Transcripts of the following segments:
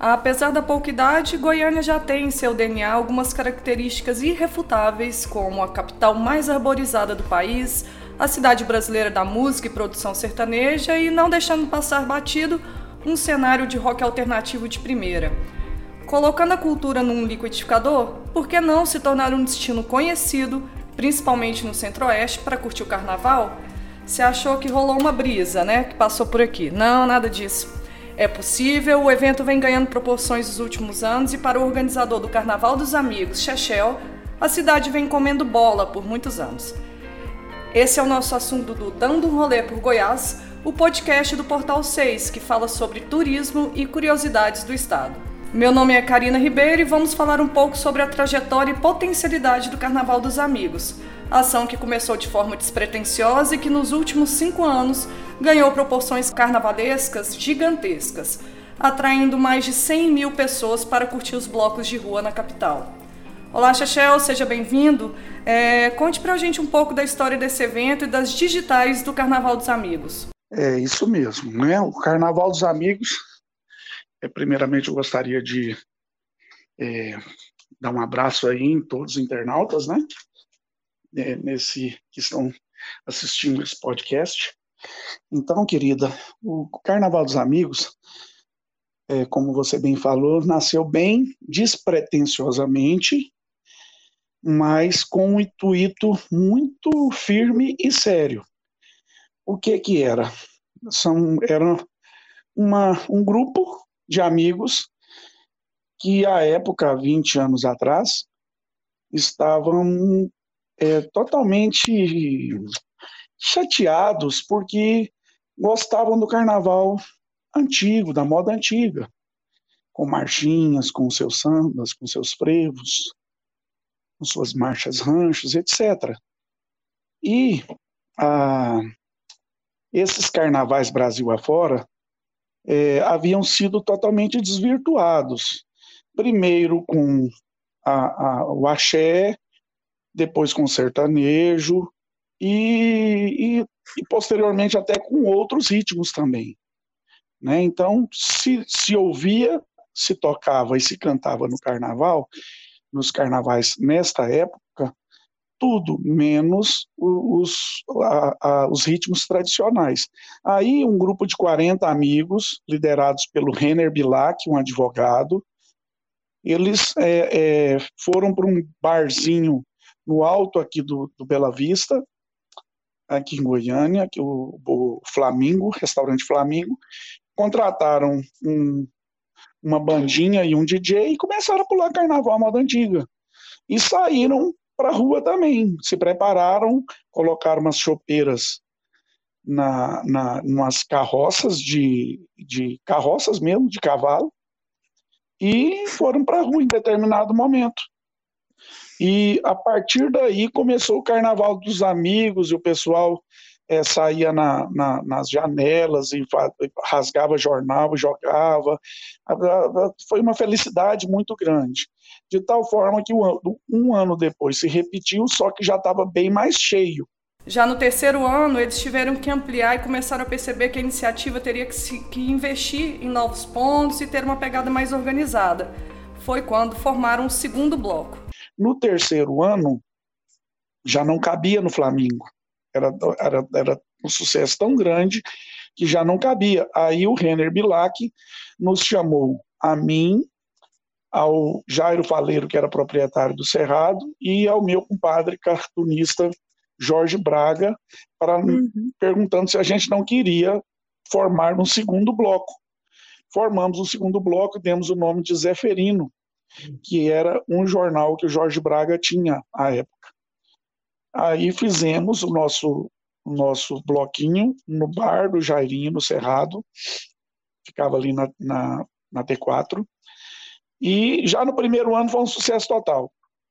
Apesar da pouca idade, Goiânia já tem em seu DNA algumas características irrefutáveis, como a capital mais arborizada do país, a cidade brasileira da música e produção sertaneja e, não deixando passar batido, um cenário de rock alternativo de primeira. Colocando a cultura num liquidificador, por que não se tornar um destino conhecido, principalmente no Centro-Oeste, para curtir o carnaval? Você achou que rolou uma brisa, né, que passou por aqui? Não, nada disso. É possível, o evento vem ganhando proporções nos últimos anos e para o organizador do Carnaval dos Amigos, Chechel, a cidade vem comendo bola por muitos anos. Esse é o nosso assunto do Dando um Rolê por Goiás, o podcast do Portal 6, que fala sobre turismo e curiosidades do estado. Meu nome é Karina Ribeiro e vamos falar um pouco sobre a trajetória e potencialidade do Carnaval dos Amigos, ação que começou de forma despretensiosa e que nos últimos 5 anos ganhou proporções carnavalescas gigantescas, atraindo mais de 100 mil pessoas para curtir os blocos de rua na capital. Olá, Chechel, seja bem-vindo. Conte pra gente um pouco da história desse evento e das digitais do Carnaval dos Amigos. É isso mesmo, né? O Carnaval dos Amigos, primeiramente eu gostaria de dar um abraço aí em todos os internautas, né? Que estão assistindo esse podcast. Então, querida, o Carnaval dos Amigos, como você bem falou, nasceu bem despretensiosamente, mas com um intuito muito firme e sério. O que era? Era um grupo de amigos que, à época, 20 anos atrás, estavam totalmente chateados porque gostavam do carnaval antigo, da moda antiga, com marchinhas, com seus sambas, com seus frevos, com suas marchas ranchos, etc. E esses carnavais Brasil afora haviam sido totalmente desvirtuados. Primeiro com o axé, depois com o sertanejo e posteriormente até com outros ritmos também, né? Então, se ouvia, se tocava e se cantava no carnaval, nos carnavais nesta época, tudo menos os ritmos tradicionais. Aí um grupo de 40 amigos, liderados pelo Renner Bilac, um advogado, eles foram para um barzinho no alto aqui do Bela Vista, aqui em Goiânia, que o Flamingo, restaurante Flamingo, contrataram uma bandinha e um DJ e começaram a pular carnaval à moda antiga. E saíram para a rua também, se prepararam, colocaram umas chopeiras umas carroças de carroças mesmo, de cavalo, e foram para a rua em determinado momento. E a partir daí começou o Carnaval dos Amigos, e o pessoal saía nas janelas e rasgava jornal e jogava. Foi uma felicidade muito grande. De tal forma que um ano depois se repetiu, só que já estava bem mais cheio. Já no terceiro ano, eles tiveram que ampliar e começaram a perceber que a iniciativa teria que investir em novos pontos e ter uma pegada mais organizada. Foi quando formaram o segundo bloco. No terceiro ano, já não cabia no Flamingo. Era um sucesso tão grande que já não cabia. Aí o Renner Bilac nos chamou, a mim, ao Jairo Faleiro, que era proprietário do Cerrado, e ao meu compadre cartunista Jorge Braga, perguntando se a gente não queria formar um segundo bloco. Formamos um segundo bloco e demos o nome de Zeferino, que era um jornal que o Jorge Braga tinha à época. Aí fizemos o nosso bloquinho no bar do Jairinho, no Cerrado, ficava ali na T4, e já no primeiro ano foi um sucesso total.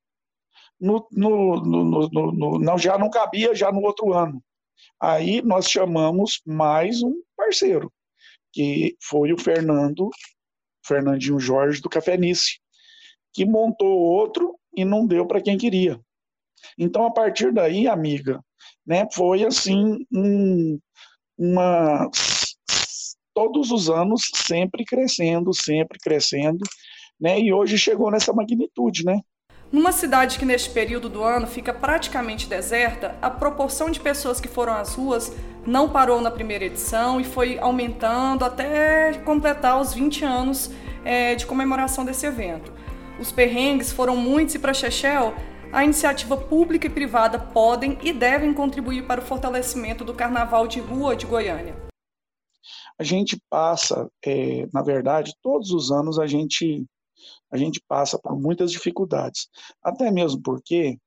Já não cabia já no outro ano. Aí nós chamamos mais um parceiro, que foi o Fernandinho Jorge do Cafenice, que montou outro e não deu para quem queria. Então, a partir daí, amiga, né, foi assim todos os anos sempre crescendo, né? E hoje chegou nessa magnitude, né? Numa cidade que neste período do ano fica praticamente deserta, a proporção de pessoas que foram às ruas não parou na primeira edição e foi aumentando até completar os 20 anos de comemoração desse evento. Os perrengues foram muitos e para Chechel, a iniciativa pública e privada podem e devem contribuir para o fortalecimento do Carnaval de Rua de Goiânia. A gente passa, na verdade, todos os anos a gente passa por muitas dificuldades, até mesmo porque,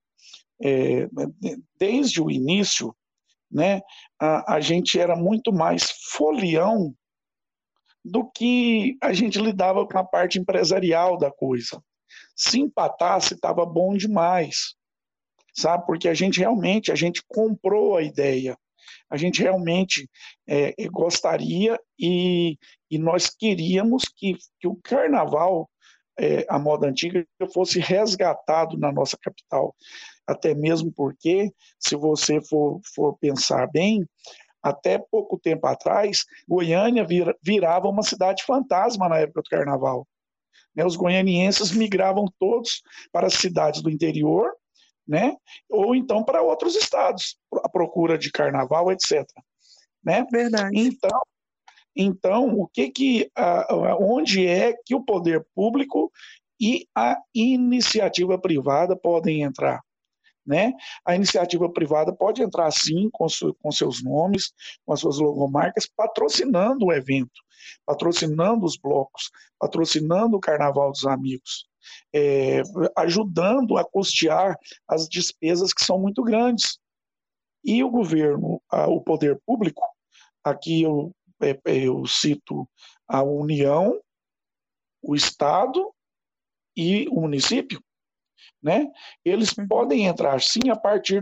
desde o início, né, a gente era muito mais folião do que a gente lidava com a parte empresarial da coisa. Se empatasse, estava bom demais, sabe? Porque a gente comprou a ideia, a gente realmente gostaria e nós queríamos que o carnaval, a moda antiga, fosse resgatado na nossa capital. Até mesmo porque, se você for pensar bem, até pouco tempo atrás, Goiânia virava uma cidade fantasma na época do carnaval. Né? Os goianienses migravam todos para as cidades do interior, né? Ou então para outros estados, à procura de carnaval, etc. Né? Verdade. Então, onde é que o poder público e a iniciativa privada podem entrar? Né? A iniciativa privada pode entrar, sim, com seus nomes, com as suas logomarcas, patrocinando o evento, patrocinando os blocos, patrocinando o Carnaval dos Amigos, ajudando a custear as despesas que são muito grandes. E o governo, o poder público, aqui eu cito a União, o Estado e o município, né? Eles podem entrar, sim,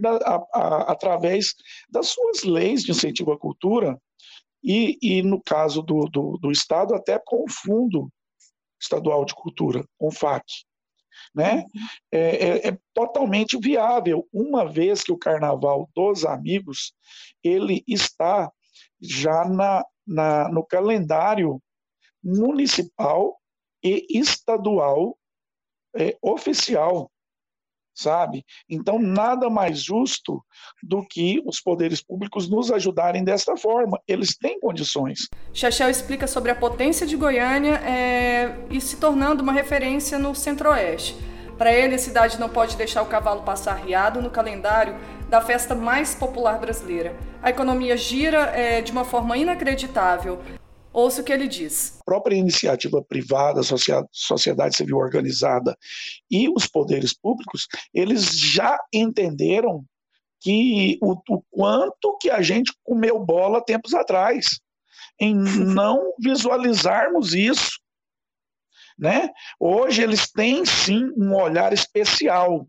através das suas leis de incentivo à cultura e no caso do Estado, até com o Fundo Estadual de Cultura, com o FAC. Né? É totalmente viável, uma vez que o Carnaval dos Amigos ele está já no calendário municipal e estadual oficial, sabe? Então, nada mais justo do que os poderes públicos nos ajudarem desta forma. Eles têm condições. Chechel explica sobre a potência de Goiânia e se tornando uma referência no Centro-Oeste. Para ele, a cidade não pode deixar o cavalo passar riado no calendário da festa mais popular brasileira. A economia gira de uma forma inacreditável. Ouça o que ele diz. A própria iniciativa privada, a sociedade civil organizada e os poderes públicos, eles já entenderam que o quanto que a gente comeu bola tempos atrás, em não visualizarmos isso. Né? Hoje eles têm, sim, um olhar especial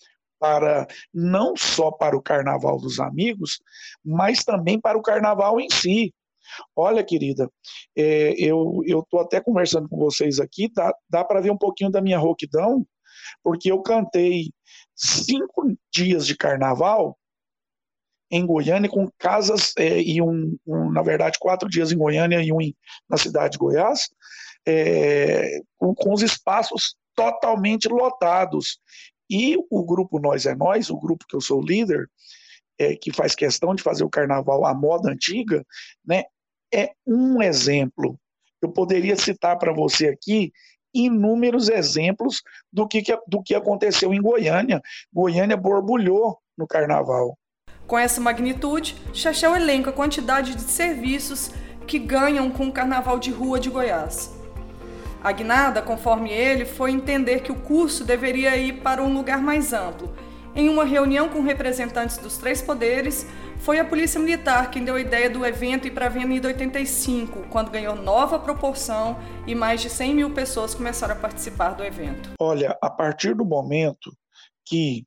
não só para o Carnaval dos Amigos, mas também para o Carnaval em si. Olha, querida, eu estou até conversando com vocês aqui, dá para ver um pouquinho da minha rouquidão, porque eu cantei 5 dias de carnaval em Goiânia, com casas, na verdade, 4 dias em Goiânia e na cidade de Goiás, com os espaços totalmente lotados. E o grupo Nós é Nós, o grupo que eu sou líder, que faz questão de fazer o carnaval à moda antiga, né, é um exemplo. Eu poderia citar para você aqui inúmeros exemplos do que aconteceu em Goiânia. Goiânia borbulhou no carnaval. Com essa magnitude, Chechel elenca a quantidade de serviços que ganham com o Carnaval de Rua de Goiás. A guinada, conforme ele, foi entender que o curso deveria ir para um lugar mais amplo. Em uma reunião com representantes dos 3 poderes, foi a Polícia Militar quem deu a ideia do evento ir para a Avenida 85, quando ganhou nova proporção e mais de 100 mil pessoas começaram a participar do evento. Olha, a partir do momento que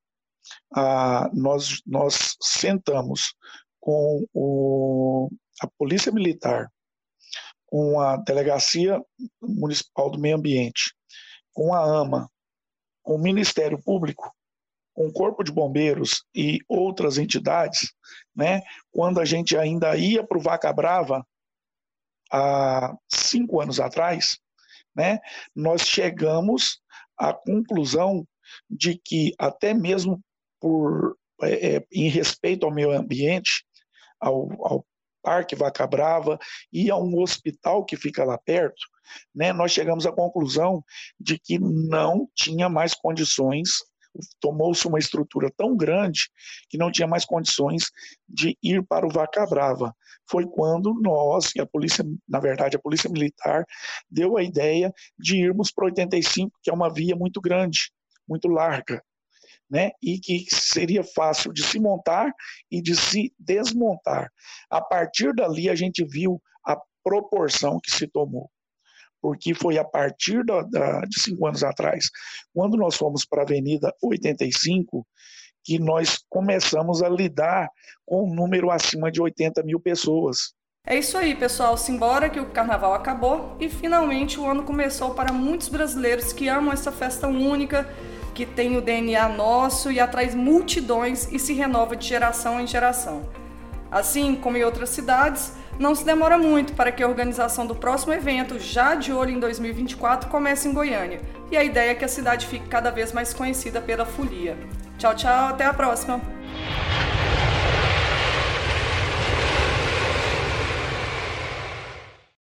nós sentamos com a Polícia Militar, com a Delegacia Municipal do Meio Ambiente, com a AMA, com o Ministério Público, com o Corpo de Bombeiros e outras entidades, né, quando a gente ainda ia para o Vaca Brava, há 5 anos atrás, né, nós chegamos à conclusão de que até mesmo em respeito ao meio ambiente, ao Parque Vaca Brava e a um hospital que fica lá perto, né, nós chegamos à conclusão de que não tinha mais condições, tomou-se uma estrutura tão grande que não tinha mais condições de ir para o Vaca Brava. Foi quando nós, e a polícia, na verdade, a Polícia Militar, deu a ideia de irmos para o 85, que é uma via muito grande, muito larga, né, e que seria fácil de se montar e de se desmontar. A partir dali, a gente viu a proporção que se tomou, porque foi a partir de 5 anos atrás, quando nós fomos para a Avenida 85, que nós começamos a lidar com um número acima de 80 mil pessoas. É isso aí, pessoal. Simbora que o carnaval acabou e finalmente o ano começou para muitos brasileiros que amam essa festa única, que tem o DNA nosso e atrai multidões e se renova de geração em geração. Assim como em outras cidades, não se demora muito para que a organização do próximo evento, já de olho em 2024, comece em Goiânia. E a ideia é que a cidade fique cada vez mais conhecida pela folia. Tchau, tchau, até a próxima!